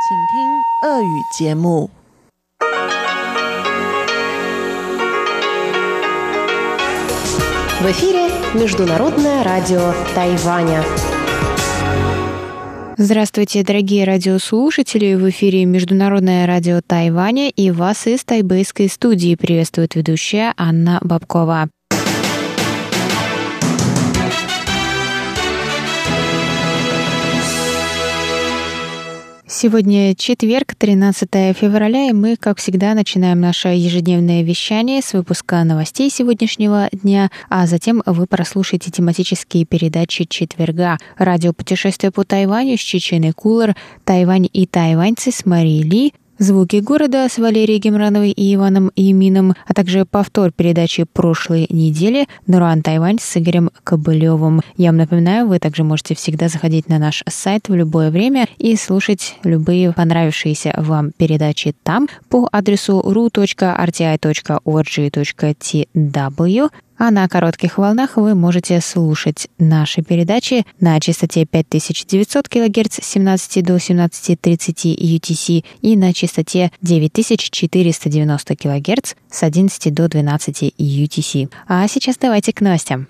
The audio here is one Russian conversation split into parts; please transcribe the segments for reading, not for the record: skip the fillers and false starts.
请听俄语节目。 В эфире Международное радио Тайваня. Здравствуйте, дорогие радиослушатели! В эфире Международное радио Тайваня, и вас из тайбэйской студии приветствует ведущая Анна Бабкова. Сегодня четверг, 13 февраля, и мы, как всегда, начинаем наше ежедневное вещание с выпуска новостей сегодняшнего дня, а затем вы прослушаете тематические передачи четверга. Радиопутешествие по Тайваню с Чеченой Кулар, Тайвань и тайваньцы с Марией Ли, «Звуки города» с Валерией Гемрановой и Иваном Имином, а также повтор передачи прошлой недели «Нуран Тайвань» с Игорем Кобылевым. Я вам напоминаю, вы также можете всегда заходить на наш сайт в любое время и слушать любые понравившиеся вам передачи там по адресу ru.rti.org.tw. А на коротких волнах вы можете слушать наши передачи на частоте 5900 кГц с 17 до 17:30 UTC и на частоте 9490 кГц с 11 до 12 UTC. А сейчас давайте к новостям.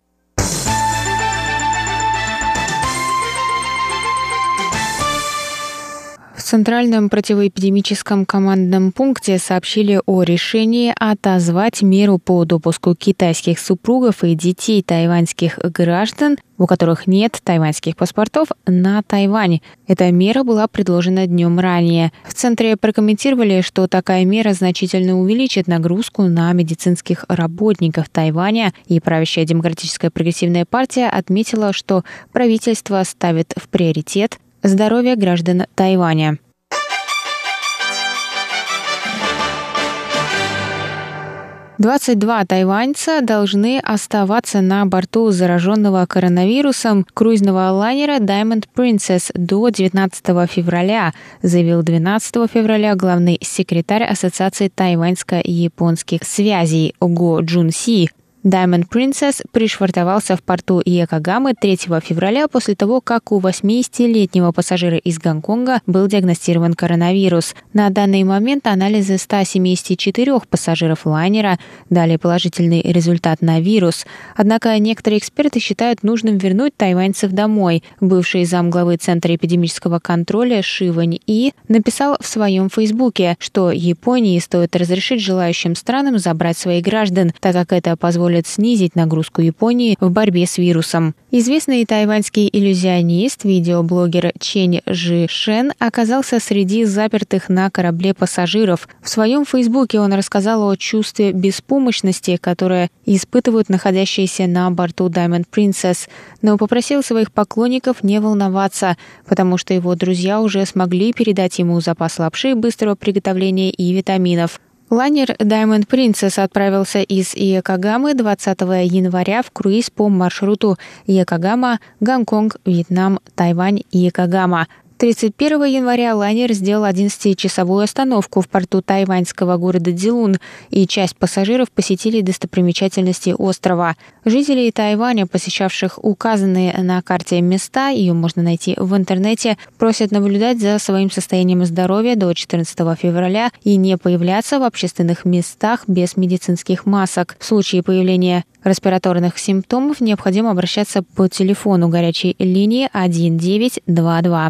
В Центральном противоэпидемическом командном пункте сообщили о решении отозвать меру по допуску китайских супругов и детей тайваньских граждан, у которых нет тайваньских паспортов, на Тайвань. Эта мера была предложена днем ранее. В Центре прокомментировали, что такая мера значительно увеличит нагрузку на медицинских работников Тайваня, и правящая Демократическая прогрессивная партия отметила, что правительство ставит в приоритет здоровье граждан Тайваня. «22 тайваньца должны оставаться на борту зараженного коронавирусом круизного лайнера Diamond Princess до 19 февраля, заявил 12 февраля главный секретарь Ассоциации тайваньско-японских связей Го Джун Си. Diamond Princess пришвартовался в порту Якогамы 3 февраля после того, как у 80-летнего пассажира из Гонконга был диагностирован коронавирус. На данный момент анализы 174 пассажиров лайнера дали положительный результат на вирус. Однако некоторые эксперты считают нужным вернуть тайваньцев домой. Бывший замглавы Центра эпидемического контроля Ши Вэнь-И написал в своем фейсбуке, что Японии стоит разрешить желающим странам забрать своих граждан, так как это позволит снизить нагрузку Японии в борьбе с вирусом. Известный тайваньский иллюзионист, видеоблогер Чэнь Жи Шэн оказался среди запертых на корабле пассажиров. В своем фейсбуке он рассказал о чувстве беспомощности, которое испытывают находящиеся на борту Diamond Princess, но попросил своих поклонников не волноваться, потому что его друзья уже смогли передать ему запас лапши быстрого приготовления и витаминов. Лайнер Diamond Princess отправился из Якогамы 20 января в круиз по маршруту Якогама, Гонконг, Вьетнам, Тайвань, Якогама. 31 января лайнер сделал 11-часовую остановку в порту тайваньского города Дилун, и часть пассажиров посетили достопримечательности острова. Жители Тайваня, посещавших указанные на карте места, ее можно найти в интернете, просят наблюдать за своим состоянием здоровья до 14 февраля и не появляться в общественных местах без медицинских масок. В случае появления респираторных симптомов необходимо обращаться по телефону горячей линии 1922.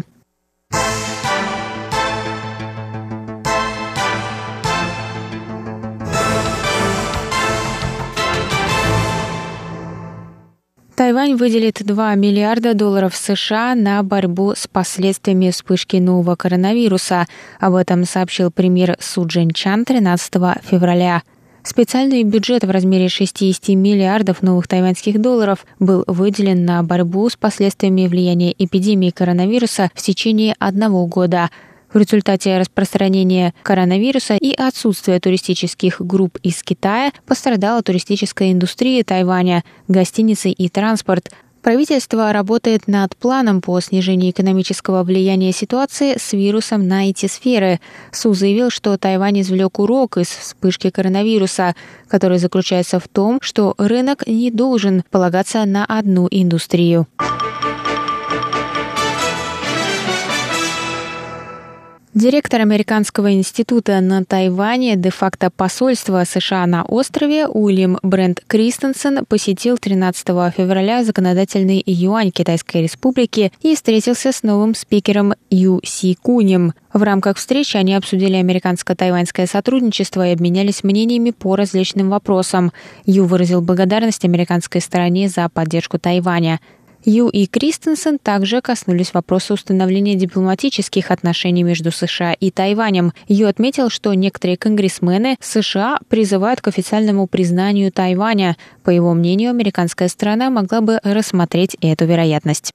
Тайвань выделит $2 миллиарда США на борьбу с последствиями вспышки нового коронавируса. Об этом сообщил премьер Су Чжэньчан 13 февраля. Специальный бюджет в размере 60 миллиардов новых тайваньских долларов был выделен на борьбу с последствиями влияния эпидемии коронавируса в течение 1 года. В результате распространения коронавируса и отсутствия туристических групп из Китая пострадала туристическая индустрия Тайваня, гостиницы и транспорт. Правительство работает над планом по снижению экономического влияния ситуации с вирусом на эти сферы. Су заявил, что Тайвань извлек урок из вспышки коронавируса, который заключается в том, что рынок не должен полагаться на одну индустрию. Директор Американского института на Тайване, де-факто посольства США на острове, Уильям Брент Кристенсен посетил 13 февраля законодательный юань Китайской Республики и встретился с новым спикером Ю Си Кунем. В рамках встречи они обсудили американско-тайваньское сотрудничество и обменялись мнениями по различным вопросам. Ю выразил благодарность американской стороне за поддержку Тайваня. Ю и Кристенсен также коснулись вопроса установления дипломатических отношений между США и Тайванем. Ю отметил, что некоторые конгрессмены США призывают к официальному признанию Тайваня. По его мнению, американская сторона могла бы рассмотреть эту вероятность.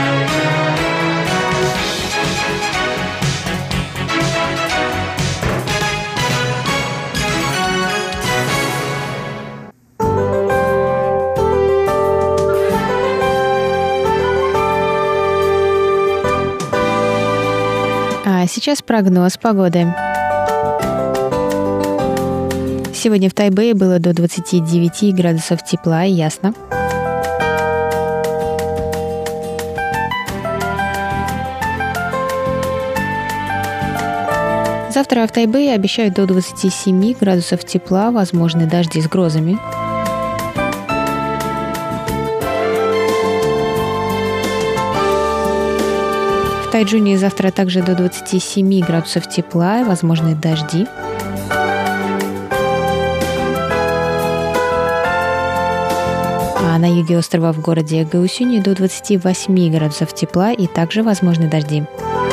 А сейчас прогноз погоды. Сегодня в Тайбэе было до 29 градусов тепла и ясно. Завтра в Тайбэе обещают до 27 градусов тепла, возможны дожди с грозами. В Тайчжуне завтра также до 27 градусов тепла, возможны дожди. А на юге острова в городе Гаосюни до 28 градусов тепла и также возможны дожди.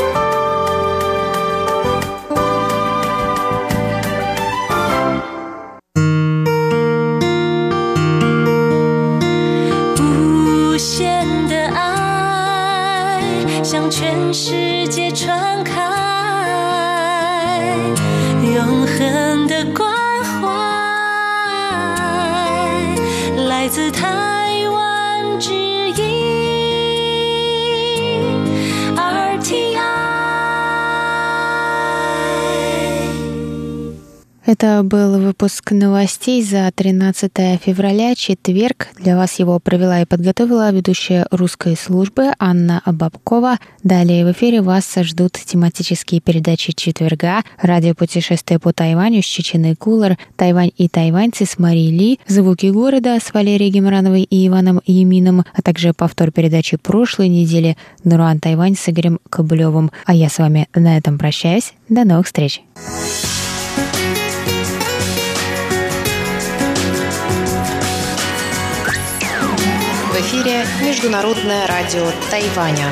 Это был выпуск новостей за 13 февраля, четверг. Для вас его провела и подготовила ведущая русской службы Анна Бабкова. Далее в эфире вас ждут тематические передачи четверга, радиопутешествие по Тайваню с Чеченой Кулар, Тайвань и тайваньцы с Марией Ли, звуки города с Валерией Гемрановой и Иваном Ямином, а также повтор передачи прошлой недели Наруан Тайвань с Игорем Кобылевым. А я с вами на этом прощаюсь. До новых встреч! В эфире Международное радио Тайваня.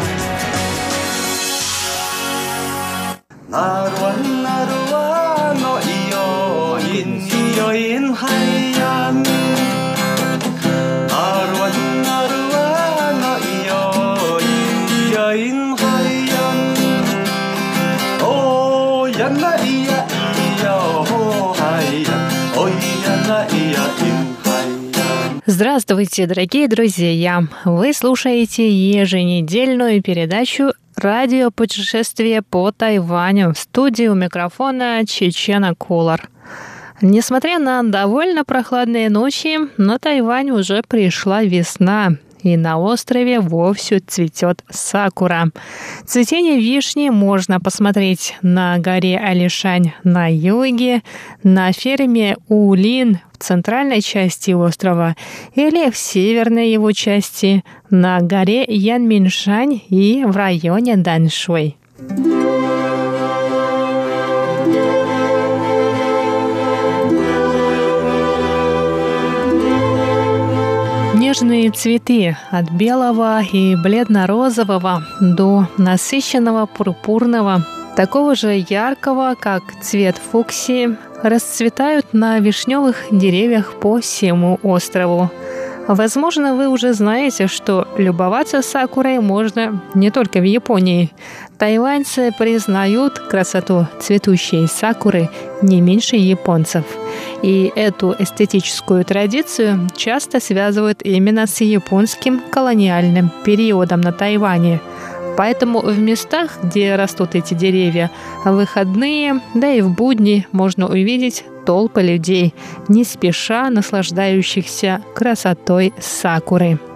Здравствуйте, дорогие друзья! Вы слушаете еженедельную передачу «Радиопутешествие по Тайваню». В студии у микрофона Чечена Кулар. Несмотря на довольно прохладные ночи, на Тайвань уже пришла весна, и на острове вовсю цветет сакура. Цветение вишни можно посмотреть на горе Алишань на юге, на ферме Улин в центральной части острова или в северной его части, на горе Янминшань и в районе Даньшуй. Нежные цветы от белого и бледно-розового до насыщенного пурпурного, такого же яркого, как цвет фуксии, расцветают на вишневых деревьях по всему острову. Возможно, вы уже знаете, что любоваться сакурой можно не только в Японии. Тайваньцы признают красоту цветущей сакуры не меньше японцев. И эту эстетическую традицию часто связывают именно с японским колониальным периодом на Тайване. Поэтому в местах, где растут эти деревья, в выходные, да и в будни можно увидеть толпы людей, не спеша наслаждающихся красотой сакуры.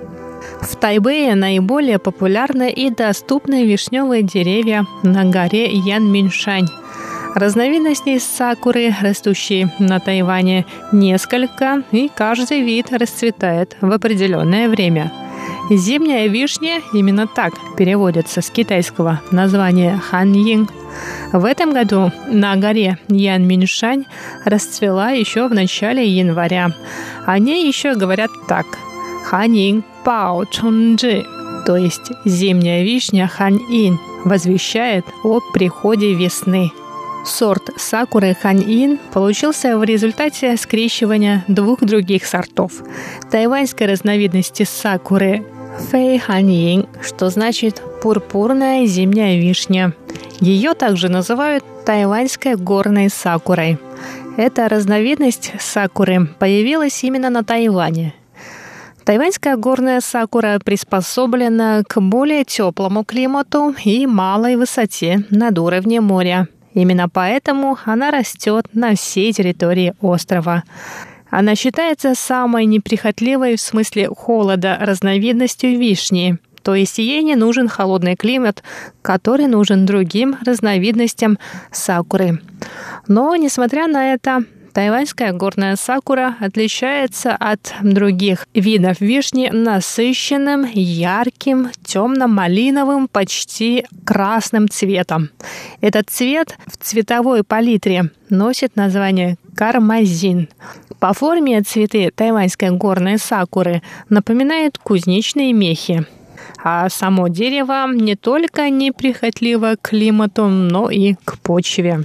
В Тайбэе наиболее популярны и доступны вишневые деревья на горе Янминшань. Разновидностей сакуры, растущей на Тайване, несколько, и каждый вид расцветает в определенное время. Зимняя вишня именно так переводится с китайского названия ханьин. В этом году на горе Янминшань расцвела еще в начале января. О ней еще говорят так: ханьин пао чунджи, то есть зимняя вишня ханьин возвещает о приходе весны. Сорт сакуры ханьин получился в результате скрещивания двух других сортов. Тайваньской разновидности сакуры фэй ханьин, что значит пурпурная зимняя вишня. Ее также называют тайваньской горной сакурой. Эта разновидность сакуры появилась именно на Тайване. Тайваньская горная сакура приспособлена к более теплому климату и малой высоте над уровнем моря. Именно поэтому она растет на всей территории острова. Она считается самой неприхотливой в смысле холода разновидностью вишни, то есть ей не нужен холодный климат, который нужен другим разновидностям сакуры. Но, несмотря на это, тайваньская горная сакура отличается от других видов вишни насыщенным, ярким, темно-малиновым, почти красным цветом. Этот цвет в цветовой палитре носит название кармазин. По форме цветы тайваньской горной сакуры напоминают кузнечные мехи. А само дерево не только неприхотливо к климату, но и к почве.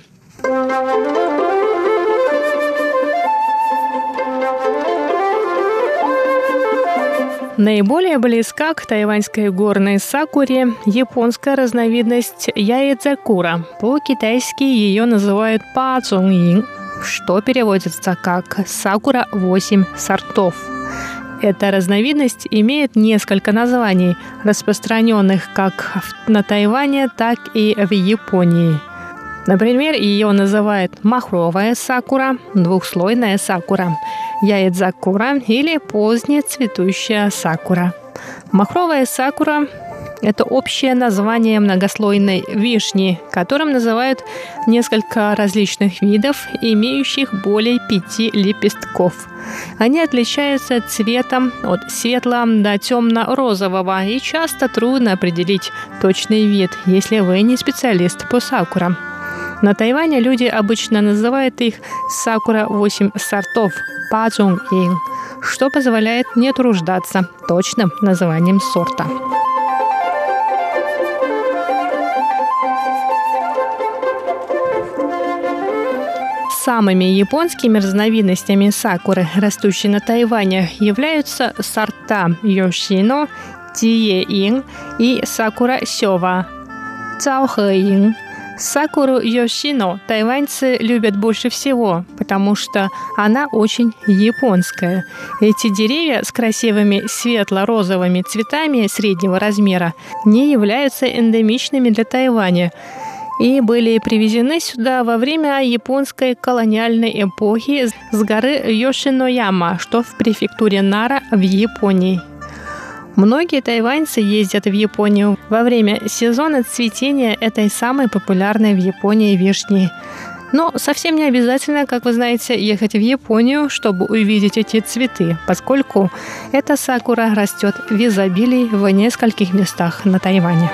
Наиболее близка к тайваньской горной сакуре японская разновидность яэцзакура. По-китайски ее называют пацунин, что переводится как «сакура 8 сортов». Эта разновидность имеет несколько названий, распространенных как на Тайване, так и в Японии. Например, ее называют махровая сакура, двухслойная сакура, яэцзакура или позднецветущая сакура. Махровая сакура – это общее название многослойной вишни, которым называют несколько различных видов, имеющих более 5 лепестков. Они отличаются цветом от светлого до темно-розового, и часто трудно определить точный вид, если вы не специалист по сакурам. На Тайване люди обычно называют их сакура 8 сортов – пацунин, что позволяет не труждаться точным названием сорта. Самыми японскими разновидностями сакуры, растущей на Тайване, являются сорта Йошино, Тиеин и сакура Сёва, Цаохэин. Сакуру Йошино тайваньцы любят больше всего, потому что она очень японская. Эти деревья с красивыми светло-розовыми цветами среднего размера не являются эндемичными для Тайваня и были привезены сюда во время японской колониальной эпохи с горы Йошинояма, что в префектуре Нара в Японии. Многие тайваньцы ездят в Японию во время сезона цветения этой самой популярной в Японии вишни. Но совсем не обязательно, как вы знаете, ехать в Японию, чтобы увидеть эти цветы, поскольку эта сакура растет в изобилии в нескольких местах на Тайване.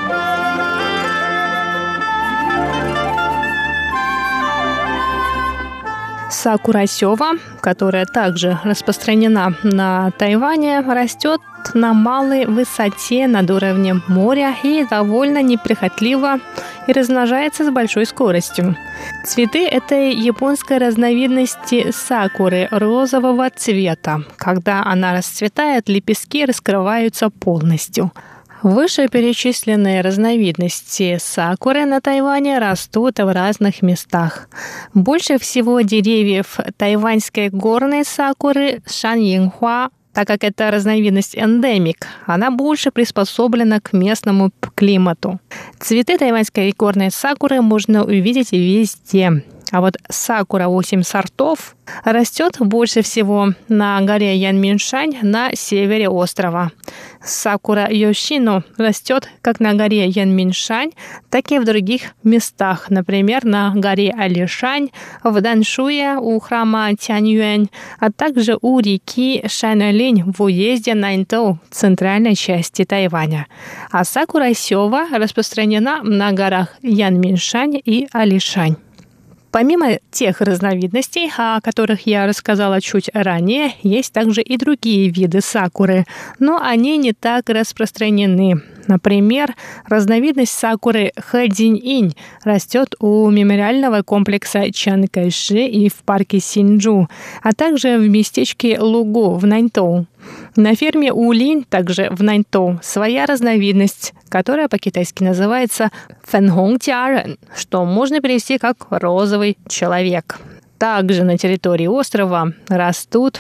Сакура Сёва, которая также распространена на Тайване, растет на малой высоте над уровнем моря и довольно неприхотливо и размножается с большой скоростью. Цветы этой японской разновидности сакуры розового цвета. Когда она расцветает, лепестки раскрываются полностью. Вышеперечисленные разновидности сакуры на Тайване растут в разных местах. Больше всего деревьев тайваньской горной сакуры шаньинхуа, так как это разновидность эндемик, она больше приспособлена к местному климату. Цветы тайваньской горной сакуры можно увидеть везде. А вот сакура 8 сортов растет больше всего на горе Янминшань на севере острова. Сакура Йошино растет как на горе Янминшань, так и в других местах, например, на горе Алишань, в Даншуе у храма Тяньюань, а также у реки Шаньлинь в уезде Наньтоу, центральной части Тайваня. А сакура Сёва распространена на горах Янминшань и Алишань. Помимо тех разновидностей, о которых я рассказала чуть ранее, есть также и другие виды сакуры, но они не так распространены. Например, разновидность сакуры Хэдзинь-инь растет у мемориального комплекса Чан Кайши и в парке Синджу, а также в местечке Лугу в Наньтоу. На ферме Улинь, также в Наньтоу, своя разновидность, которая по-китайски называется фэнхонгтярен, что можно перевести как «розовый человек». Также на территории острова растут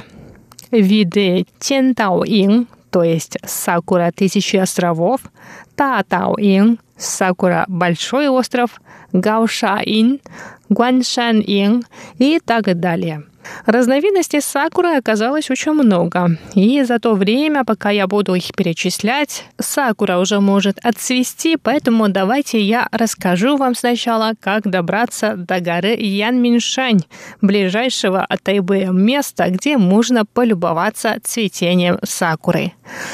виды тянтаоин, то есть сакура тысячи островов, татаоин, сакура большой остров, гаошаин, гуаншанин и так далее. Разновидностей сакуры оказалось очень много, и за то время, пока я буду их перечислять, сакура уже может отцвести, поэтому давайте я расскажу вам сначала, как добраться до горы Янминшань, ближайшего от Тайбэя места, где можно полюбоваться цветением сакуры.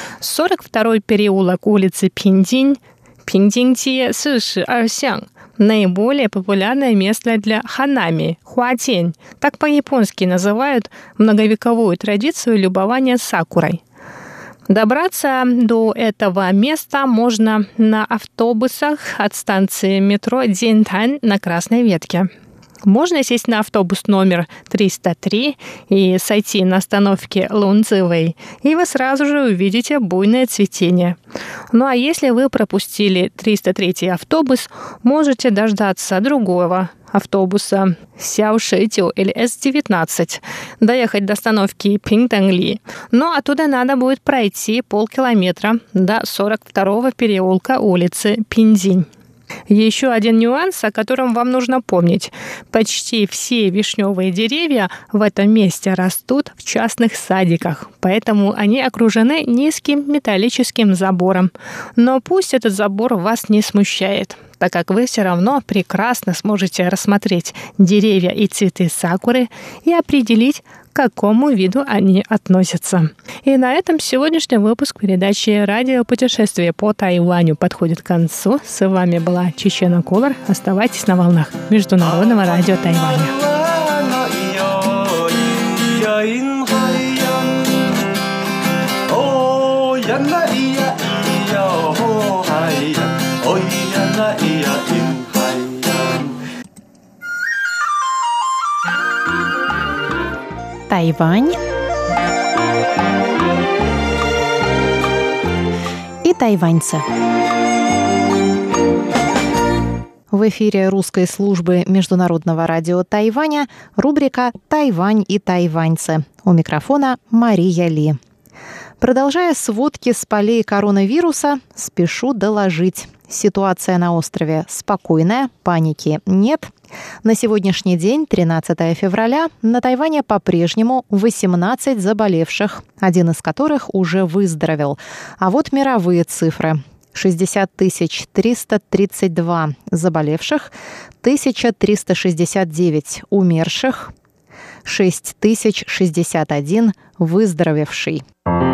42-й переулок улицы Пиндинь, Пиндиньтие Сыши Арсян, наиболее популярное место для ханами – хуатень. Так по-японски называют многовековую традицию любования сакурой. Добраться до этого места можно на автобусах от станции метро Дзинтань на Красной Ветке. Можно сесть на автобус номер 303 и сойти на остановке Лунцзывэй, и вы сразу же увидите буйное цветение. Ну а если вы пропустили 303-й автобус, можете дождаться другого автобуса Сяошэдзю или С-19, доехать до остановки Пингтангли. Но оттуда надо будет пройти полкилометра до 42-го переулка улицы Пиндинь. Еще один нюанс, о котором вам нужно помнить. Почти все вишневые деревья в этом месте растут в частных садиках, поэтому они окружены низким металлическим забором. Но пусть этот забор вас не смущает, так как вы все равно прекрасно сможете рассмотреть деревья и цветы сакуры и определить, к какому виду они относятся. И на этом сегодняшний выпуск передачи «Радиопутешествие по Тайваню» подходит к концу. С вами была Чечена Кулар. Оставайтесь на волнах Международного радио Тайваня. Тайвань и тайваньцы. В эфире русской службы Международного радио Тайваня рубрика «Тайвань и тайваньцы». У микрофона Мария Ли. Продолжая сводки с полей коронавируса, спешу доложить. Ситуация на острове спокойная, паники нет. На сегодняшний день, 13 февраля, на Тайване по-прежнему 18 заболевших, один из которых уже выздоровел. А вот мировые цифры. 60 332 заболевших, 1369 умерших, 6061 выздоровевший.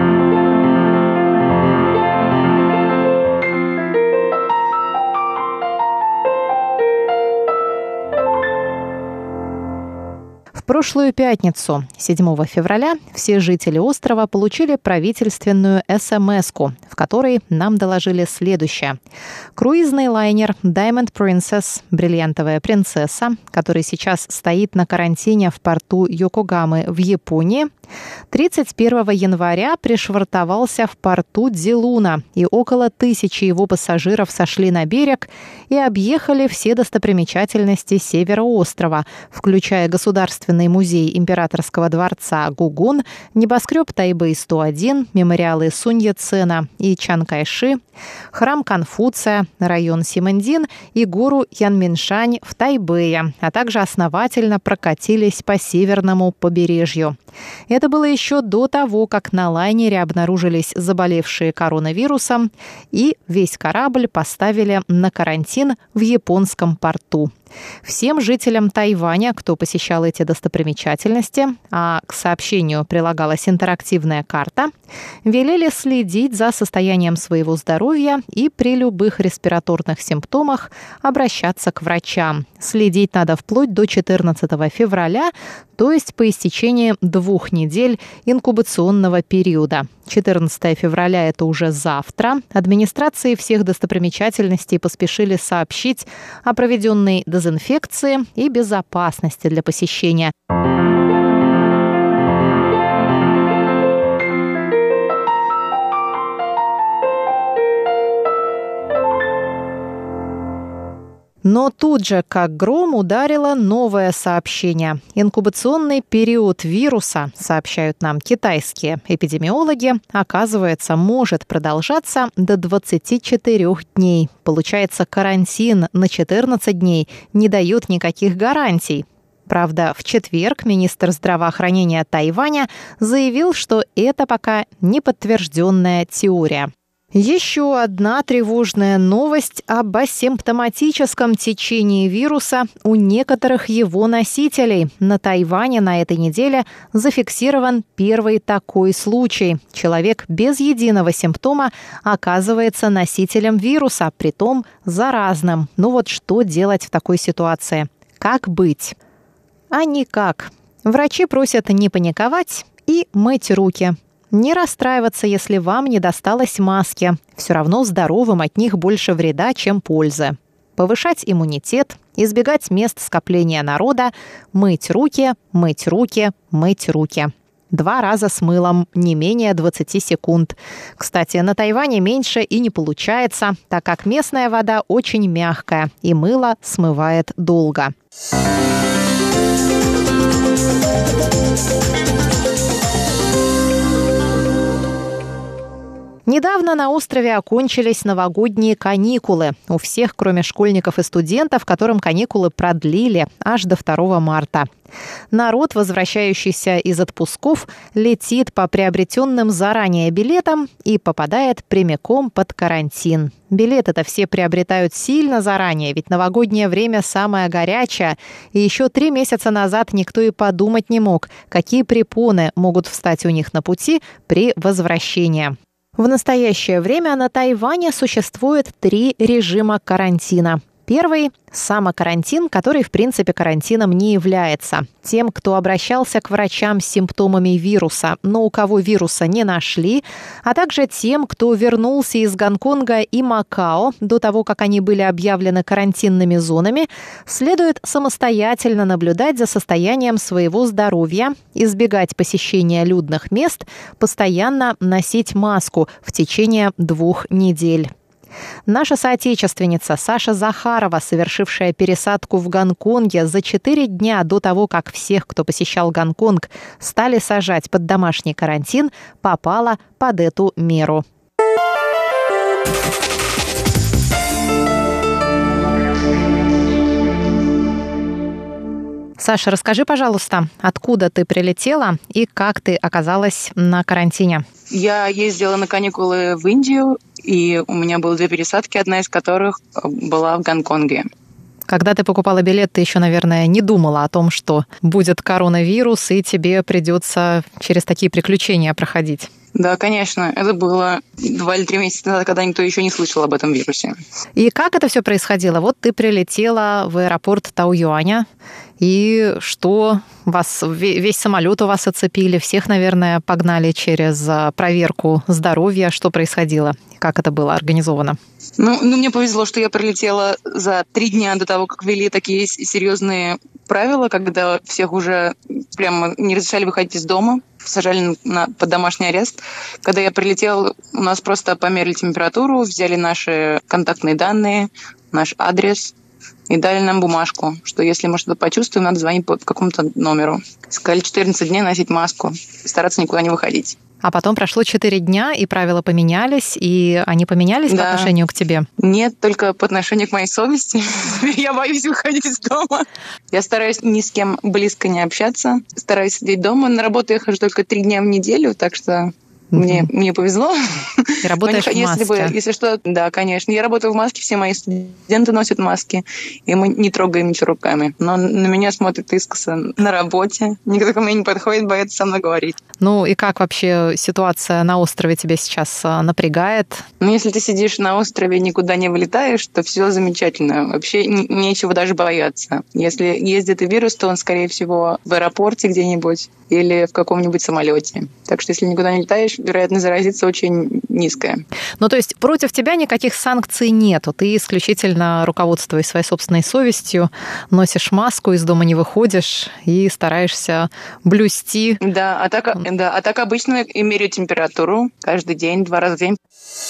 В прошлую пятницу, 7 февраля, все жители острова получили правительственную СМС-ку, в которой нам доложили следующее. Круизный лайнер Diamond Princess, бриллиантовая принцесса, который сейчас стоит на карантине в порту Йокогамы в Японии, 31 января пришвартовался в порту Дзилуна, и около 1000 его пассажиров сошли на берег и объехали все достопримечательности севера острова, включая государственную Государственный музей императорского дворца Гугун, небоскреб Тайбэй-101, мемориалы Сунь Яцена и Чан Кайши, храм Конфуция, район Симэндин и гору Янминшань в Тайбэе, а также основательно прокатились по северному побережью. Это было еще до того, как на лайнере обнаружились заболевшие коронавирусом, и весь корабль поставили на карантин в японском порту. Всем жителям Тайваня, кто посещал эти достопримечательности, а к сообщению прилагалась интерактивная карта, велели следить за состоянием своего здоровья и при любых респираторных симптомах обращаться к врачам. Следить надо вплоть до 14 февраля, то есть по истечении 2 недель инкубационного периода. 14 февраля – это уже завтра. Администрации всех достопримечательностей поспешили сообщить о проведенной дезинфекции и безопасности для посещения. Но тут же, как гром, ударило новое сообщение. Инкубационный период вируса, сообщают нам китайские эпидемиологи, оказывается, может продолжаться до 24 дней. Получается, карантин на 14 дней не дает никаких гарантий. Правда, в четверг министр здравоохранения Тайваня заявил, что это пока не подтвержденная теория. Еще одна тревожная новость об асимптоматическом течении вируса у некоторых его носителей. На Тайване на этой неделе зафиксирован первый такой случай. Человек без единого симптома оказывается носителем вируса, притом заразным. Ну вот что делать в такой ситуации? Как быть? А никак. Врачи просят не паниковать и мыть руки. Не расстраиваться, если вам не досталось маски. Все равно здоровым от них больше вреда, чем пользы. Повышать иммунитет, избегать мест скопления народа, мыть руки, мыть руки, мыть руки. 2 раза с мылом, не менее 20 секунд. Кстати, на Тайване меньше и не получается, так как местная вода очень мягкая, и мыло смывает долго. Недавно на острове окончились новогодние каникулы. У всех, кроме школьников и студентов, которым каникулы продлили аж до 2 марта. Народ, возвращающийся из отпусков, летит по приобретенным заранее билетам и попадает прямиком под карантин. Билеты-то все приобретают сильно заранее, ведь новогоднее время самое горячее. И еще 3 месяца назад никто и подумать не мог, какие препоны могут встать у них на пути при возвращении. В настоящее время на Тайване существует 3 режима карантина. Первый – самокарантин, который, в принципе, карантином не является. Тем, кто обращался к врачам с симптомами вируса, но у кого вируса не нашли, а также тем, кто вернулся из Гонконга и Макао до того, как они были объявлены карантинными зонами, следует самостоятельно наблюдать за состоянием своего здоровья, избегать посещения людных мест, постоянно носить маску в течение 2 недель. Наша соотечественница Саша Захарова, совершившая пересадку в Гонконге за 4 дня до того, как всех, кто посещал Гонконг, стали сажать под домашний карантин, попала под эту меру. Саша, расскажи, пожалуйста, откуда ты прилетела и как ты оказалась на карантине? Я ездила на каникулы в Индию, и у меня было 2 пересадки, одна из которых была в Гонконге. Когда ты покупала билет, ты еще, наверное, не думала о том, что будет коронавирус, и тебе придется через такие приключения проходить. Да, конечно. Это было 2 или 3 месяца назад, когда никто еще не слышал об этом вирусе. И как это все происходило? Вот ты прилетела в аэропорт Таоюаня, и что? Весь самолет у вас оцепили, всех, наверное, погнали через проверку здоровья. Что происходило? Как это было организовано? Ну, мне повезло, что я прилетела за 3 дня до того, как ввели такие серьезные правила, когда всех уже прямо не разрешали выходить из дома, сажали под домашний арест. Когда я прилетела, у нас просто померили температуру, взяли наши контактные данные, наш адрес, и дали нам бумажку, что если мы что-то почувствуем, надо звонить по какому-то номеру. Сказали 14 дней носить маску и стараться никуда не выходить. А потом прошло 4 дня, и правила поменялись, и они поменялись по отношению к тебе? Нет, только по отношению к моей совести. Я боюсь выходить из дома. Я стараюсь ни с кем близко не общаться. Стараюсь сидеть дома. На работу я хожу только 3 дня в неделю, так что мне повезло. И работаешь в маске? Если что, да, конечно. Я работаю в маске, все мои студенты носят маски, и мы не трогаем ничего руками. Но на меня смотрят искоса на работе. Никто ко мне не подходит, боятся со мной говорить. Ну и как вообще ситуация на острове тебя сейчас напрягает? Ну, если ты сидишь на острове и никуда не вылетаешь, то все замечательно. Вообще нечего даже бояться. Если есть где-то вирус, то он, скорее всего, в аэропорте где-нибудь или в каком-нибудь самолете. Так что если никуда не летаешь, вероятность заразиться очень низкая. Ну, то есть против тебя никаких санкций нету. Ты исключительно, руководствуясь своей собственной совестью, носишь маску, из дома не выходишь и стараешься блюсти. Да, а так обычно я меряю температуру каждый день, 2 раза в день.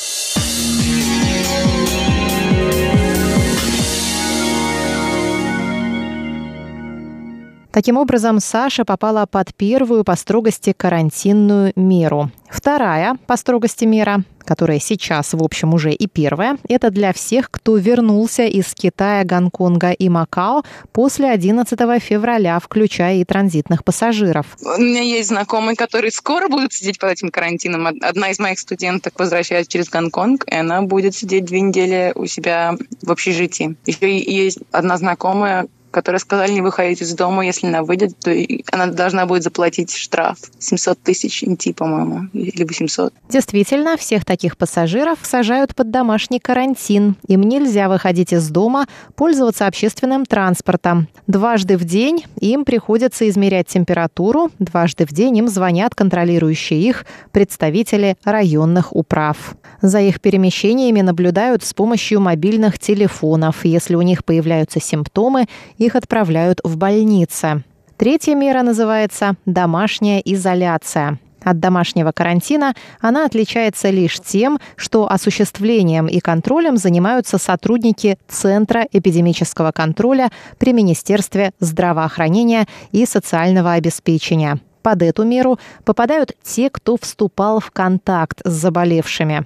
Таким образом, Саша попала под первую по строгости карантинную меру. Вторая по строгости мера, которая сейчас, в общем, уже и первая, это для всех, кто вернулся из Китая, Гонконга и Макао после 11 февраля, включая и транзитных пассажиров. У меня есть знакомые, которые скоро будут сидеть под этим карантином. Одна из моих студенток возвращается через Гонконг, и она будет сидеть 2 недели у себя в общежитии. Еще есть одна знакомая, которые сказали не выходить из дома, если она выйдет, то она должна будет заплатить штраф 700 тысяч НТ, по-моему, или 800. Действительно, всех таких пассажиров сажают под домашний карантин. Им нельзя выходить из дома, пользоваться общественным транспортом. 2 в день им приходится измерять температуру, 2 в день им звонят контролирующие их представители районных управ. За их перемещениями наблюдают с помощью мобильных телефонов. Если у них появляются симптомы, их отправляют в больницы. Третья мера называется «домашняя изоляция». От домашнего карантина она отличается лишь тем, что осуществлением и контролем занимаются сотрудники Центра эпидемического контроля при Министерстве здравоохранения и социального обеспечения. Под эту меру попадают те, кто вступал в контакт с заболевшими.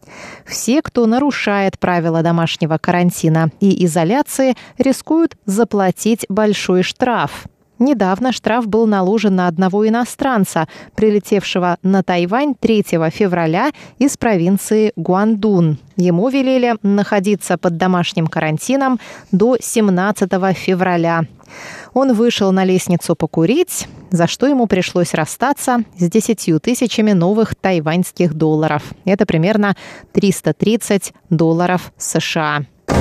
Все, кто нарушает правила домашнего карантина и изоляции, рискуют заплатить большой штраф. Недавно штраф был наложен на одного иностранца, прилетевшего на Тайвань 3 февраля из провинции Гуандун. Ему велели находиться под домашним карантином до 17 февраля. Он вышел на лестницу покурить, за что ему пришлось расстаться с 10 тысячами новых тайваньских долларов. Это примерно $330 США.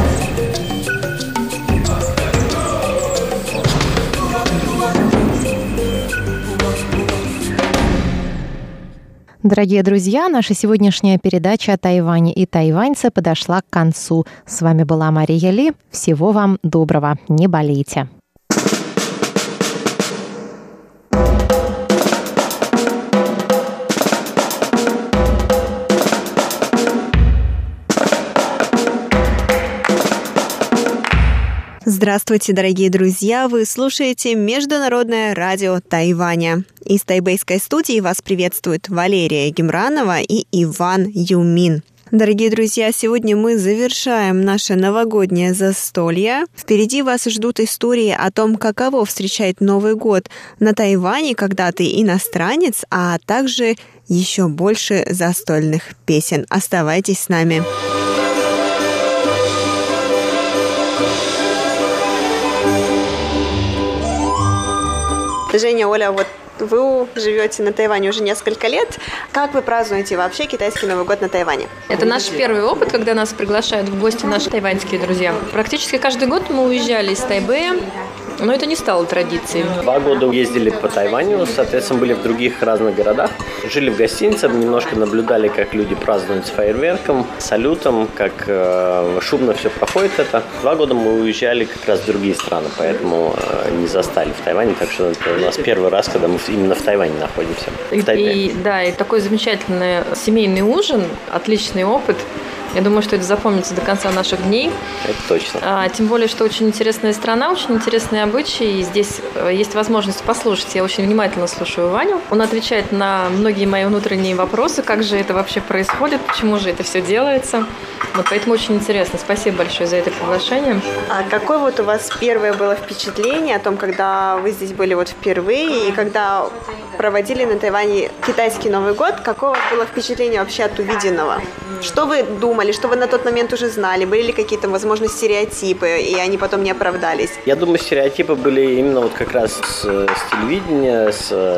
Дорогие друзья, наша сегодняшняя передача о Тайване и тайваньце подошла к концу. С вами была Мария Ли. Всего вам доброго. Не болейте. Здравствуйте, дорогие друзья! Вы слушаете Международное радио Тайваня. Из тайбэйской студии вас приветствуют Валерия Гемранова и Иван Юмин. Дорогие друзья, сегодня мы завершаем наше новогоднее застолье. Впереди вас ждут истории о том, каково встречать Новый год на Тайване, когда ты иностранец, а также еще больше застольных песен. Оставайтесь с нами. Женя, Оля, вот вы живете на Тайване уже несколько лет. Как вы празднуете вообще китайский Новый год на Тайване? Это наш первый опыт, когда нас приглашают в гости наши тайваньские друзья. Практически каждый год мы уезжали из Тайбэя, но это не стало традицией. 2 года ездили по Тайваню, соответственно, были в других разных городах. Жили в гостинице, немножко наблюдали, как люди празднуют с фейерверком, салютом, как шумно все проходит это. 2 года мы уезжали как раз в другие страны, поэтому не застали в Тайване, так что это у нас первый раз, когда мы именно в Тайване находимся. И такой замечательный семейный ужин, отличный опыт. Я думаю, что это запомнится до конца наших дней. Это точно. Тем более, что очень интересная страна, очень интересные обычаи. И здесь есть возможность послушать. Я очень внимательно слушаю Ваню. Он отвечает на многие мои внутренние вопросы, как же это вообще происходит, почему же это все делается. Вот поэтому очень интересно. Спасибо большое за это приглашение. А какое вот у вас первое было впечатление о том, когда вы здесь были вот впервые и когда проводили на Тайване китайский Новый год? Какое у вас было впечатление вообще от увиденного? Что вы думали, что вы на тот момент уже знали? Были ли какие-то, возможно, стереотипы, и они потом не оправдались? Я думаю, стереотипы были именно вот как раз с телевидения,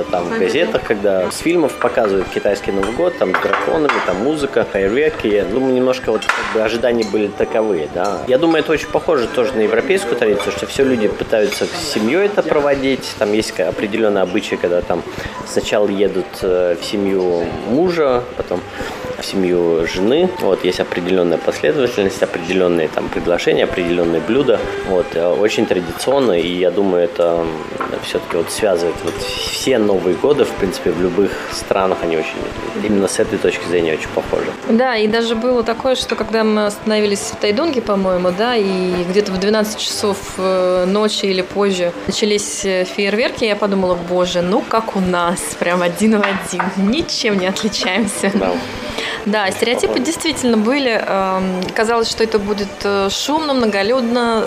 в газетах, когда с фильмов показывают китайский Новый год, там с драконами, там музыка, фейерверки. Я думаю, немножко вот ожидания были таковые, да. Я думаю, это очень похоже тоже на европейскую традицию, что все люди пытаются с семьей это проводить. Там есть определенные обычаи, когда там сначала едут в семью мужа, потом в семью жены. Вот, есть определенная последовательность, определенные там приглашения, определенные блюда. Вот, очень традиционно, и я думаю, это все-таки вот связывает вот все Новые годы, в принципе, в любых странах они очень, именно с этой точки зрения, очень похожи. Да, и даже было такое, что когда мы остановились в Тайдунге, по-моему, да, и где-то в 12 часов ночи или позже начались фейерверки, я подумала, боже, ну как у нас, прям один в один, ничем не отличаемся. Да. Да, стереотипы действительно были. Казалось, что это будет шумно, многолюдно,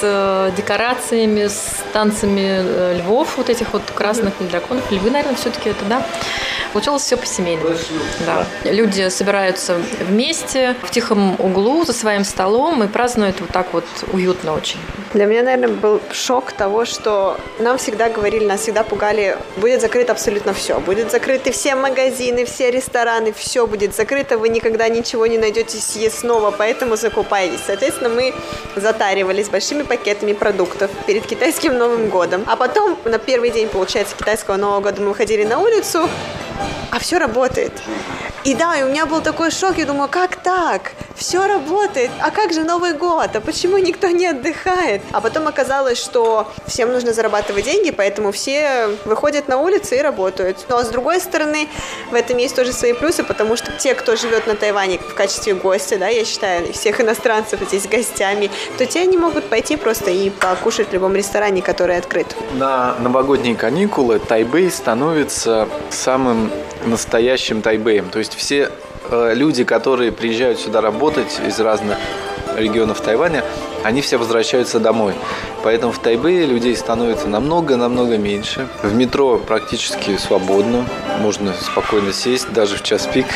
с декорациями, с танцами львов, вот этих вот красных или драконов. Львы, наверное, все-таки это, да. Получалось все по-семейному. Да. Люди собираются вместе в тихом углу за своим столом и празднуют вот так вот уютно очень. Для меня, наверное, был шок того, что нам всегда говорили, нас всегда пугали, будет закрыто абсолютно все. Будут закрыты все магазины, все рестораны, все будет закрыто, вы никогда ничего не найдете съестного, поэтому закупайтесь. Соответственно, мы затаривались большими пакетами продуктов перед китайским Новым годом. А потом, на первый день, получается, китайского Нового года мы выходили на улицу, а все работает. И да, и у меня был такой шок, я думаю, как так? Все работает, а как же Новый год? А почему никто не отдыхает? А потом оказалось, что всем нужно зарабатывать деньги, поэтому все выходят на улицы и работают. Ну а с другой стороны, в этом есть тоже свои плюсы, потому что те, кто живет на Тайване в качестве гостя, да, я считаю, всех иностранцев здесь гостями, то те не могут пойти просто и покушать в любом ресторане, который открыт. На новогодние каникулы Тайбэй становится самым настоящим Тайбэем. То есть все люди, которые приезжают сюда работать из разных регионов Тайваня, они все возвращаются домой. Поэтому в Тайбэе людей становится намного меньше. В метро практически свободно. Можно спокойно сесть, даже в час пик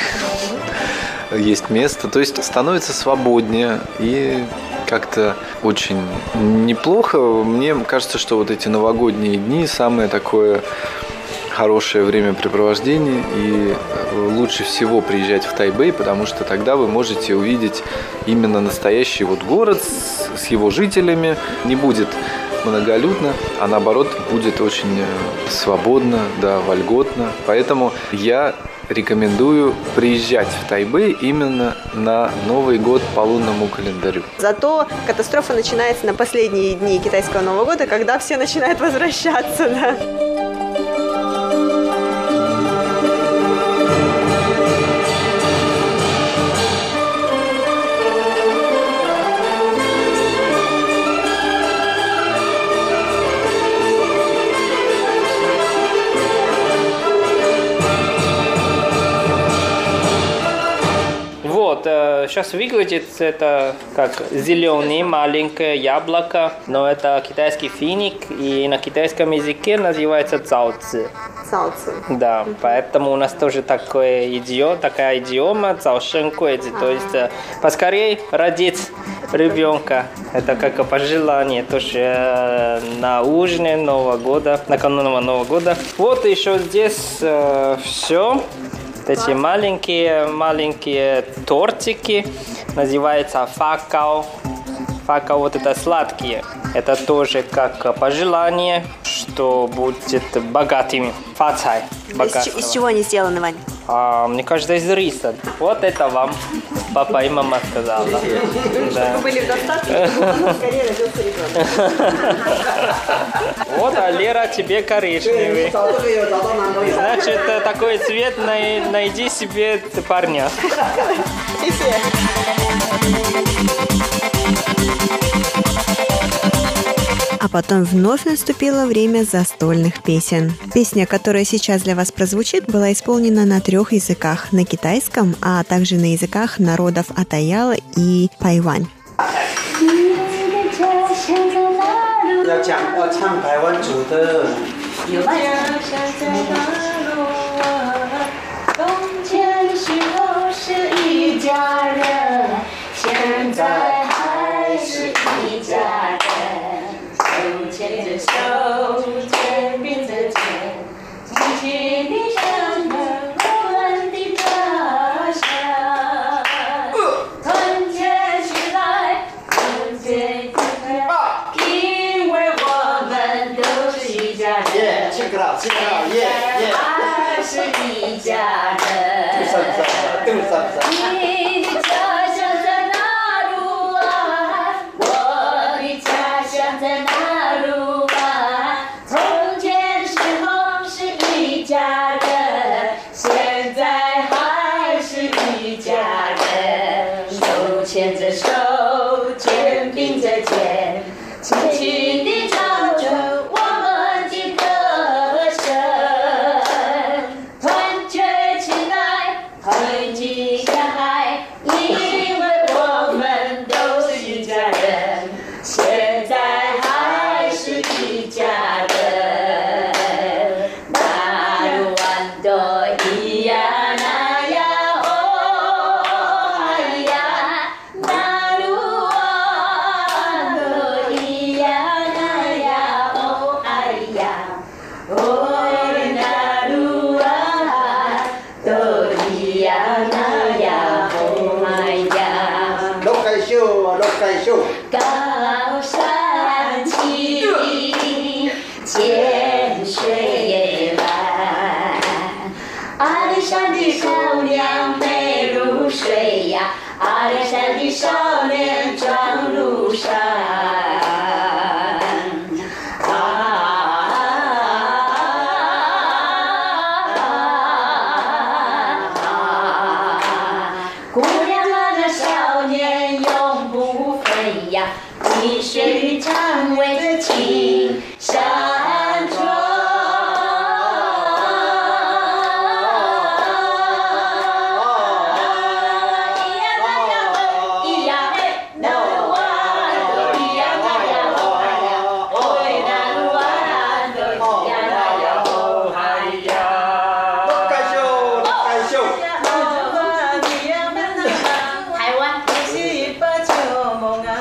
есть место. То есть становится свободнее и как-то очень неплохо. Мне кажется, что вот эти новогодние дни самое такое хорошее времяпрепровождение, и лучше всего приезжать в Тайбэй, потому что тогда вы можете увидеть именно настоящий вот город с его жителями. Не будет многолюдно, а наоборот будет очень свободно, да, вольготно. Поэтому я рекомендую приезжать в Тайбэй именно на Новый год по лунному календарю. Зато катастрофа начинается на последние дни китайского Нового года, когда все начинают возвращаться, да. Сейчас выглядит это как зеленое маленькое яблоко, но это китайский финик, и на китайском языке называется цаоци. Цаоци. Да, поэтому у нас тоже такая идиома цаошенкуэци, то есть поскорее родить ребенка. Это как пожелание тоже на ужине Нового года, накануне Нового года. Вот еще здесь все. Эти маленькие тортики называются факао. Факао вот это сладкие. Это тоже как пожелание, что будет богатыми. Фацай. Из чего они сделаны, Вань? Мне кажется, из риса. Вот это вам папа и мама сказала. Чтобы были в достатке, скорее родился ребенок. Вот, а Лера тебе коричневый. Значит, такой цвет найди себе парня. И все. А потом вновь наступило время застольных песен. Песня, которая сейчас для вас прозвучит, была исполнена на 3 языках: на китайском, а также на языках народов Атаяла и Тайвань. 要唱台湾族的。有家乡在哪路啊？从前的时候是一家人，现在还是一家人。手牵着手，肩并着肩，轻轻地唱着我们的家乡。团结起来，团结起来。 因为我们都是一家人，现在还是一家人。你的家乡在哪路啊？我的家乡在哪路啊？从前时候是一家人，现在还是一家人。手牵着手，肩并着肩。 轻轻地唱着我们的歌声，团结起来，汇集下海，因为我们都是一家人，现在还是一家人。那鲁湾多咿呀那呀哦哎呀，那鲁湾多咿呀那呀哦哎呀，哦那鲁湾多咿呀那呀哦哎呀。六盖秀啊，六盖秀。高山青，涧水蓝，阿里山的姑娘美如水呀，阿里山的少年壮如山。 姑娘啊，那少年永不飞呀，碧水长围着青山庄。咿呀那呀哦，咿呀嘿，那鲁湾多咿呀那呀哦哎呀，哦那鲁湾多咿呀那呀哦哎呀。六盖秀，六盖秀。 台湾是一把秋梦啊！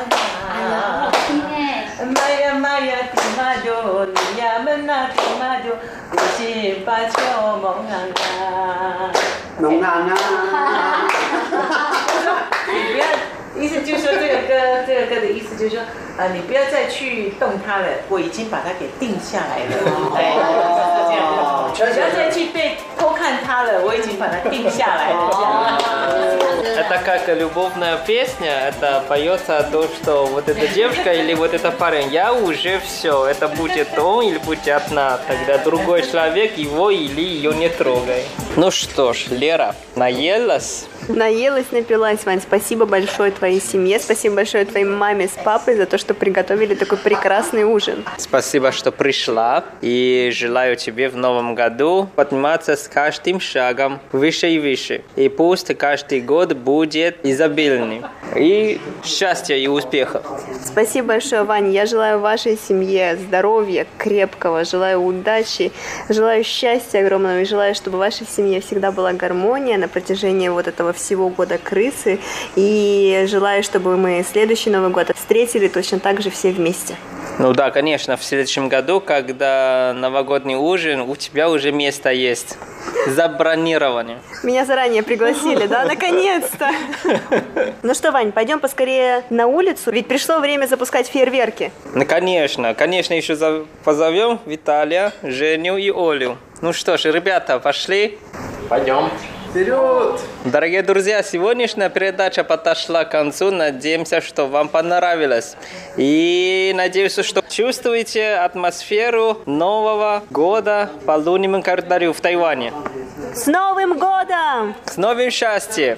妈呀妈呀，听嘛就你呀们呐，听嘛就是一把秋梦啊！梦啊！你不要，意思就是说这个歌的意思就是说，你不要再去动它了，我已经把它给定下来了。对，这样。不要再去被偷看它了，我已经把它定下来了。这样。 Это как любовная песня, это поется то, что вот эта девушка или вот этот парень, я уже все, это будет он или будет одна, тогда другой человек его или ее не трогай. Ну что ж, Лера, наелась? Наелась, напилась, Вань. Спасибо большое твоей семье, спасибо большое твоей маме с папой за то, что приготовили такой прекрасный ужин. Спасибо, что пришла, и желаю тебе в новом году подниматься с каждым шагом выше и выше. И пусть каждый год будет изобильный. И счастья и успехов. Спасибо большое, Ваня. Я желаю вашей семье здоровья крепкого, желаю удачи, желаю счастья огромного и желаю, чтобы в вашей семье всегда была гармония на протяжении вот этого всего года крысы. И желаю, чтобы мы следующий Новый год встретили точно так же все вместе. Ну да, конечно, в следующем году, когда новогодний ужин, у тебя уже место есть. Забронировано. Меня заранее пригласили, да? Наконец-то! Ну что, Вань, пойдем поскорее на улицу, ведь пришло время запускать фейерверки. Ну, конечно, еще позовем Виталия, Женю и Олю. Ну что ж, ребята, пошли? Пойдем. Вперед! Дорогие друзья, сегодняшняя передача подошла к концу. Надеемся, что вам понравилось. И надеюсь, что чувствуете атмосферу Нового года по лунному календарю в Тайване. С Новым годом! С новым счастьем!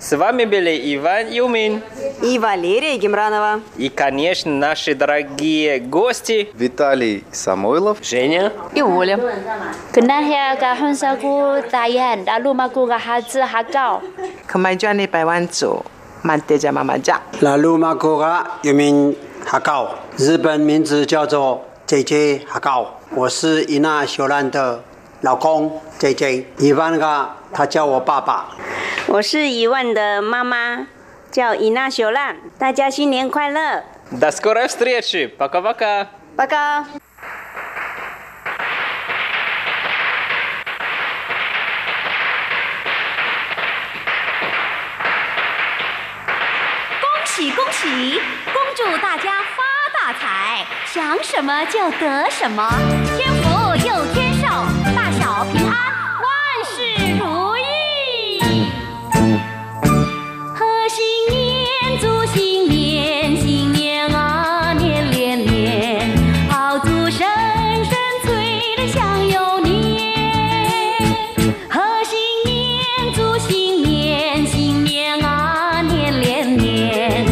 С вами были Иван Юмин и Валерия Гемранова. И, конечно, наши дорогие гости Виталий Самойлов, Женя и Оля. Камайджани Байванцу, Мантеджа Мамаджа. Лалу Макура Юмин Хакао，日本名字叫做 JJ 哈高，我是伊娜修兰的老公 JJ， 伊万嘎他叫我爸爸。 我是伊万的妈妈，叫伊娜修兰，大家新年快乐！ До скорой встречи! Пока-пока! Пока! 恭喜！恭祝大家发大财，想什么就得什么，天福又天寿，大小平安，万事如意。贺新年，祝新年，新年啊年连年，炮竹声声催人想有年。贺新年，祝新年，新年啊年连年。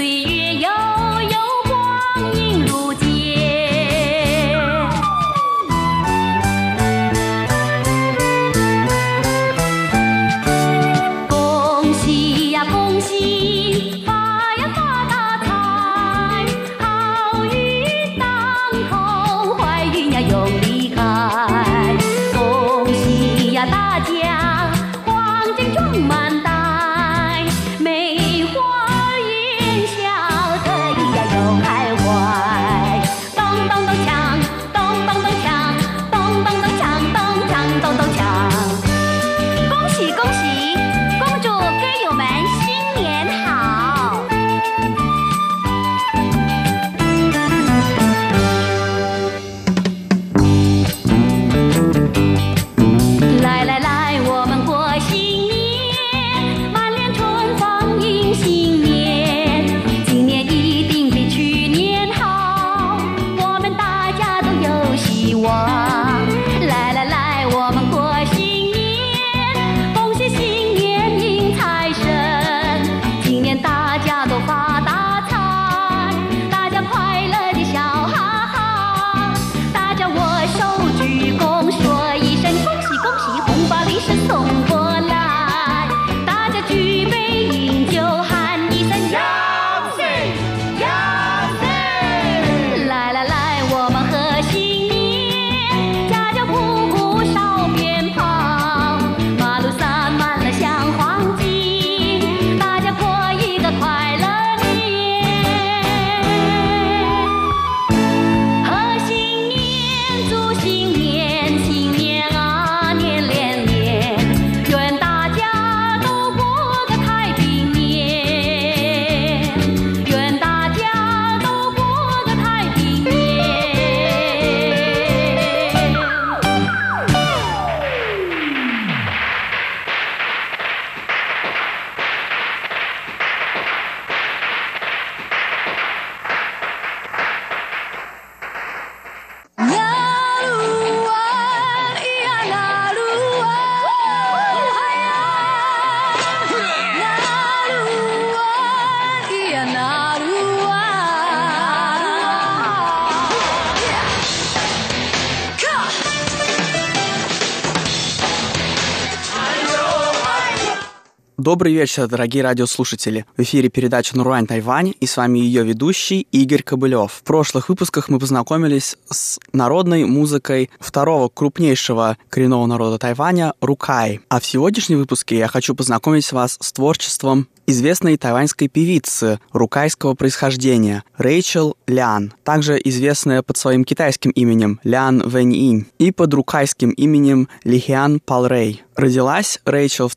Добрый вечер, дорогие радиослушатели. В эфире передача «Наруань Тайвань», и с вами ее ведущий Игорь Кобылев. В прошлых выпусках мы познакомились с народной музыкой второго крупнейшего коренного народа Тайваня – рукай. А в сегодняшнем выпуске я хочу познакомить вас с творчеством известной тайваньской певицы рукайского происхождения Рэйчел Лян, также известная под своим китайским именем Лян Вэньинь и под рукайским именем Лихиан Палрэй. Родилась Рэйчел в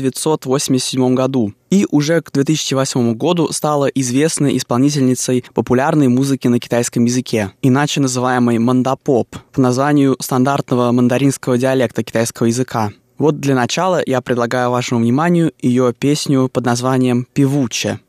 1987 году и уже к 2008 году стала известной исполнительницей популярной музыки на китайском языке, иначе называемой мандапоп, по названию стандартного мандаринского диалекта китайского языка. Вот для начала я предлагаю вашему вниманию ее песню под названием «Певуче».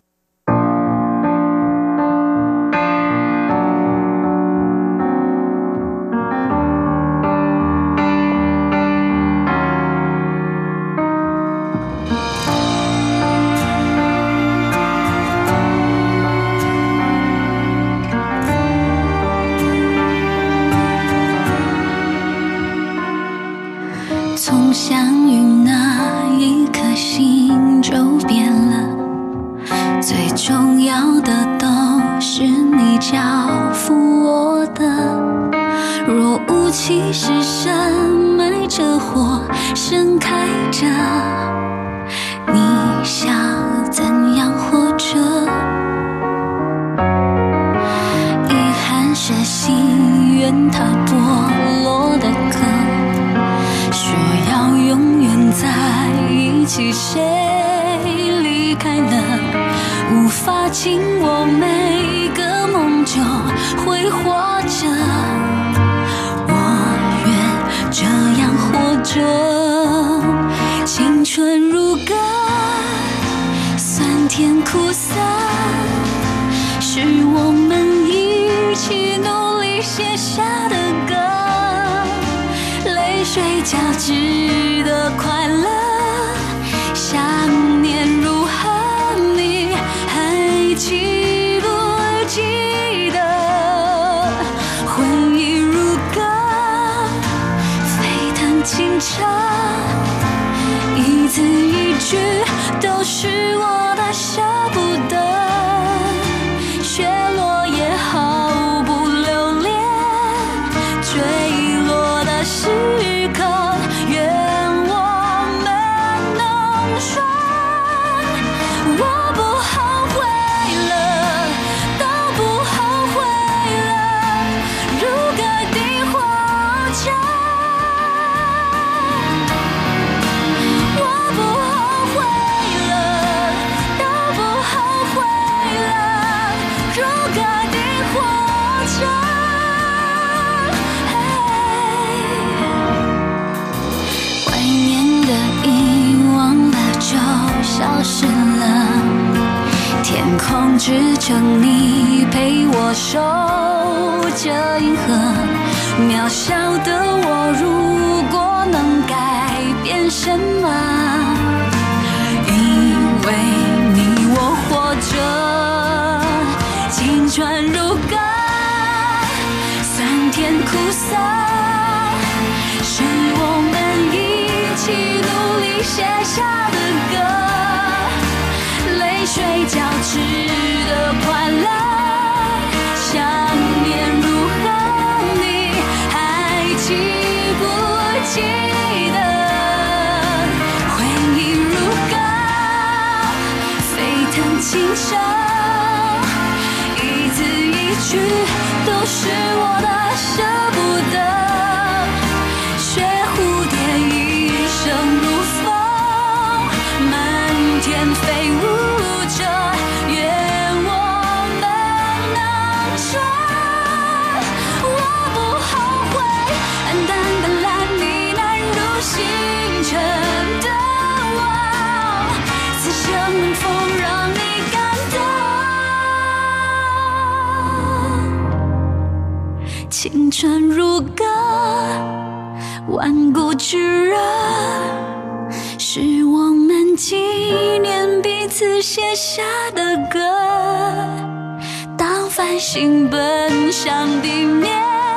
交付我的。若无其事深埋着火盛开着，你想怎样活着？遗憾是心愿它剥落的壳，说要永远在一起，谁离开了？无法紧握每个梦就会活着，我愿这样活着。青春如歌，酸甜苦涩，是我们一起努力写下的歌，泪水交织的快乐，想念如何你还记不记得？回忆如歌，沸腾清澈，一字一句都是我的舍不得，雪落也毫不留恋，坠落的时刻愿我们能说，我不后悔了，都不后悔了，如歌的活着，我不后悔了，都不后悔了，如歌的活着。怀念的遗忘了就消失了，天空只剩你陪我守着银河，渺小的我如果能改变什么，因为你我活着，青春如歌，酸甜苦涩，是我们一起努力写下的歌，泪水交织的快乐，想念如何你还记不记得？回忆如歌，沸腾清澈，一字一句都是我的舍不得，雪蝴蝶一生如风，满天飞舞着，愿我们能说，我不后悔，黯淡的蓝呢喃入星辰的我，此生能否让你感动？青春如歌，万古炙热，是我们纪念彼此写下的歌，当繁星奔向地面，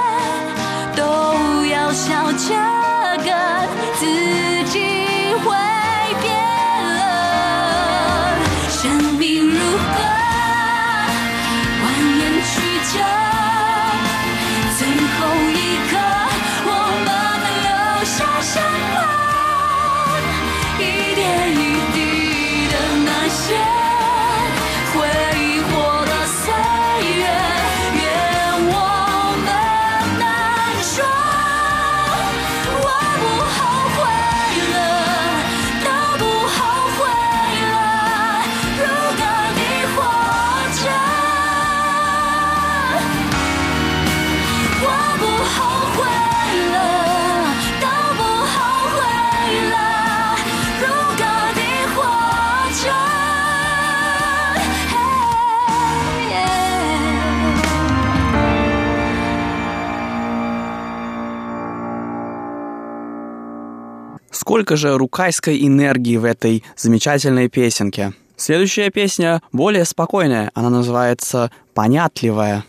都要笑着跟自己会变了。生命如歌，蜿蜒曲折，最后一刻我们能留下什么？一点一滴的那些挥霍的岁月，愿我们能说，我不后悔了，都不后悔了，如歌的活着，我不后悔了，都不后悔了，如歌的活着。 Сколько же рукайской энергии в этой замечательной песенке. Следующая песня более спокойная, она называется «Понятливая».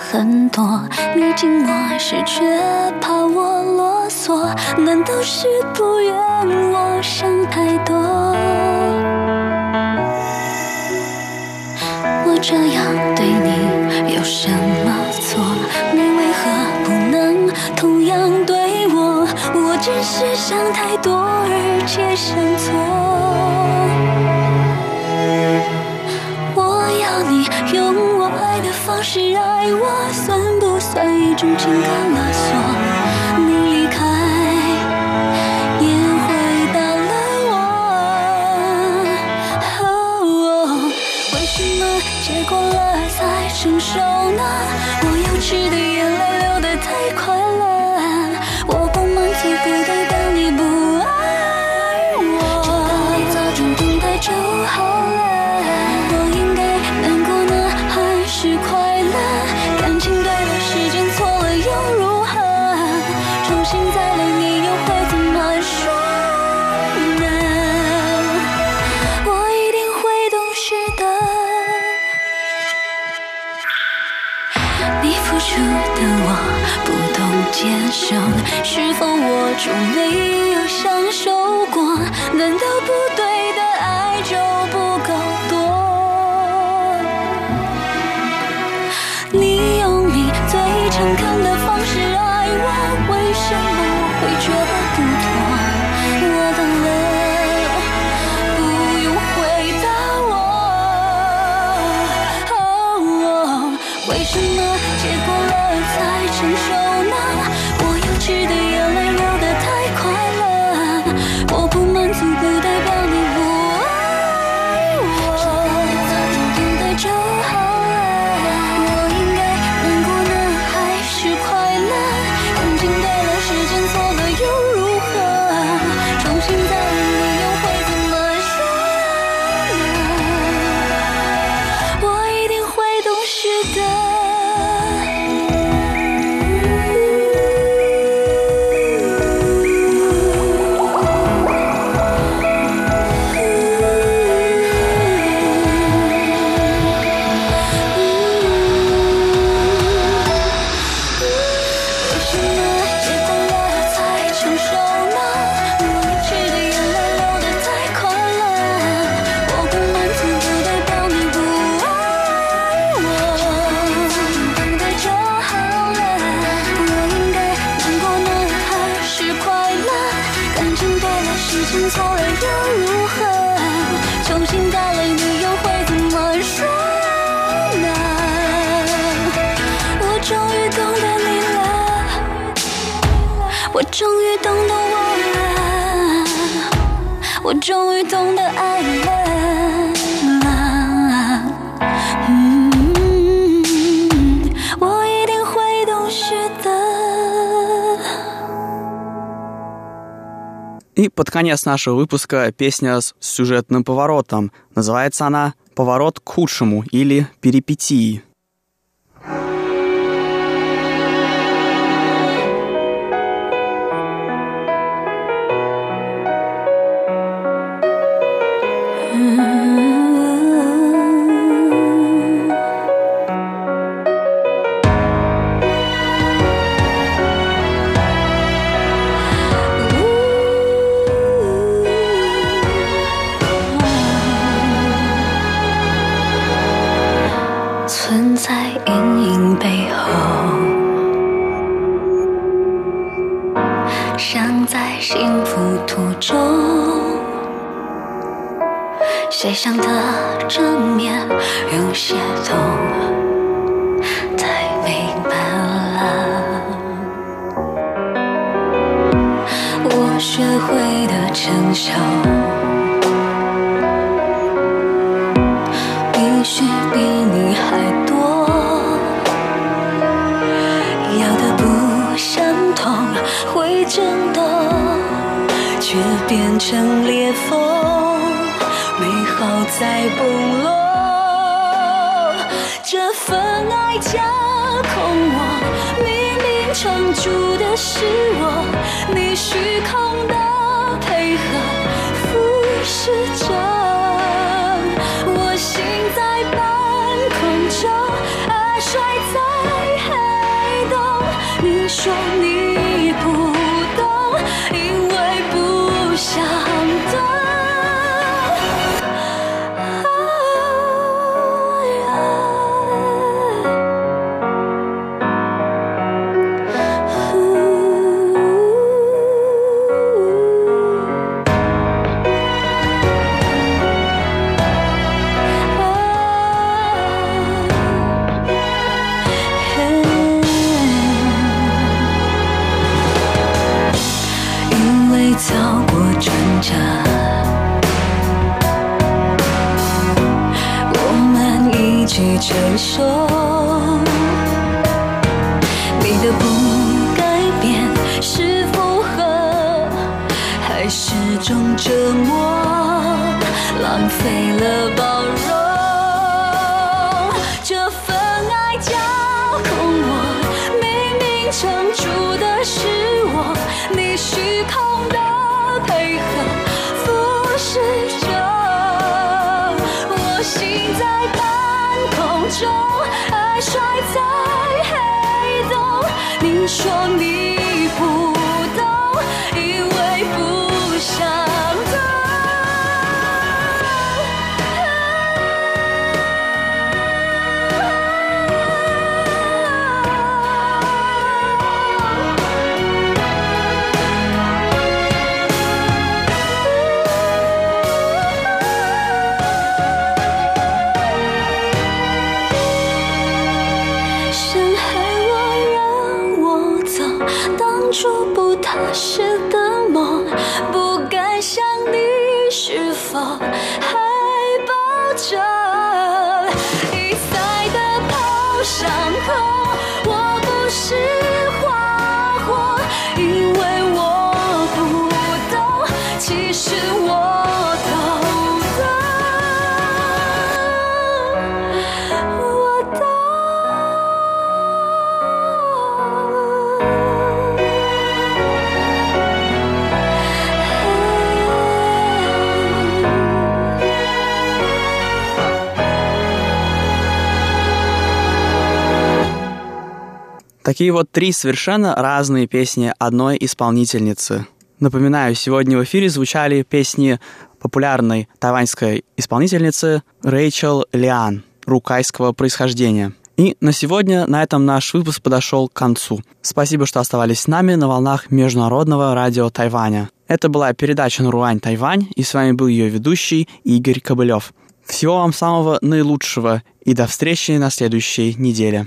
很多，你紧我时却怕我啰嗦，难道是不愿我想太多？我这样对你有什么错？你为何不能同样对我？我只是想太多，而且想错。我要你用我爱的方式爱我，算不算一种情感勒索？你离开也回到了我，为什么结果了才成熟呢？我幼稚的眼泪流得太快了，我不满足不代表你不爱我，就当你早就懂得就好了。我应该难过呢还是快乐？感情对了，时间错了又如何？重新再来你又会怎么说呢？我一定会懂事的。你付出的我不懂接受，是否我就没有享受过？难道不对的爱就不够多？你用你最诚恳的方式爱我，为什么我会觉得不妥？我懂了，不用回答我。为什么结果了才成熟呢？我幼稚的眼泪流得太快了，我不满足不代表你不爱我，只要你早就懂得就好了。我应该难过呢还是快乐？感情对了，时间错了又如何？重新再来你又会怎么说呢？我一定会懂事的。我终于懂得我了，我终于懂得爱了，我一定会懂事的。 И под конец нашего выпуска песня с сюжетным поворотом. Называется она «Поворот к худшему» или «Перипетии». 存在阴影背后，伤在幸福途中，谁想的正面有些痛，太明白了。我学会的承受，必须比你还多，要的不相同，会震动，却变成裂缝，美好在崩落。这份爱架空我，明明撑住的是我，你虚空的配合俯视着，我心在半空中，而摔在说你不懂，因为不想懂。走过挣扎，我们一起承受。你的不改变是负荷，还是种折磨？浪费了包容，这份爱交空我，明明撑住的是我，你虚空的配合俯视着我，心在半空中，爱摔在黑洞。你说你不懂，因为不想懂。说不踏实的梦，不敢想你是否还抱着一再的头伤口。我不是花火，因为我不懂，其实我都懂，我懂。 Такие вот три совершенно разные песни одной исполнительницы. Напоминаю, сегодня в эфире звучали песни популярной тайваньской исполнительницы Рэйчел Лиан, рукайского происхождения. И на сегодня на этом наш выпуск подошел к концу. Спасибо, что оставались с нами на волнах Международного радио Тайваня. Это была передача «Наруань Тайвань», и с вами был ее ведущий Игорь Кобылев. Всего вам самого наилучшего и до встречи на следующей неделе.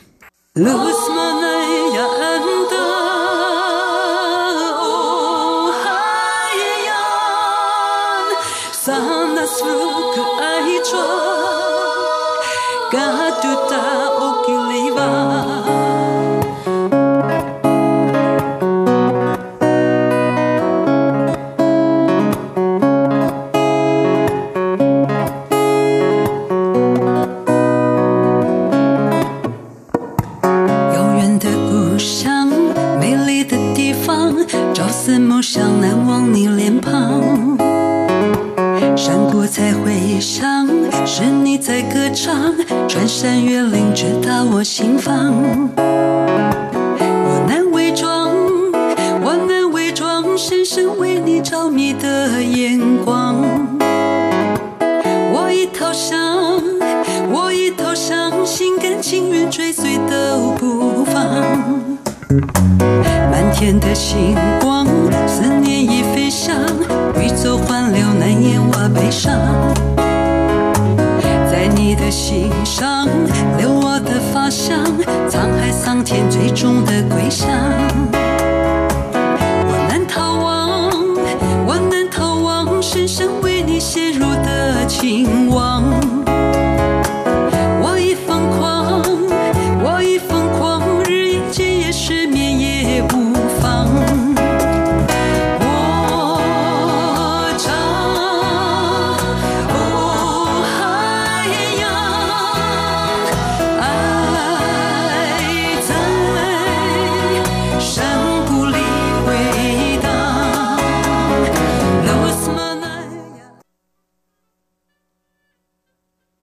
穿山越岭直达我心房，我难伪装，深深为你着迷的眼光。我已投降，心甘情愿追随都不放。满天的星光，思念已飞翔，宇宙环流难掩我悲伤。在你的心上留我的发香，沧海桑田最终的归乡。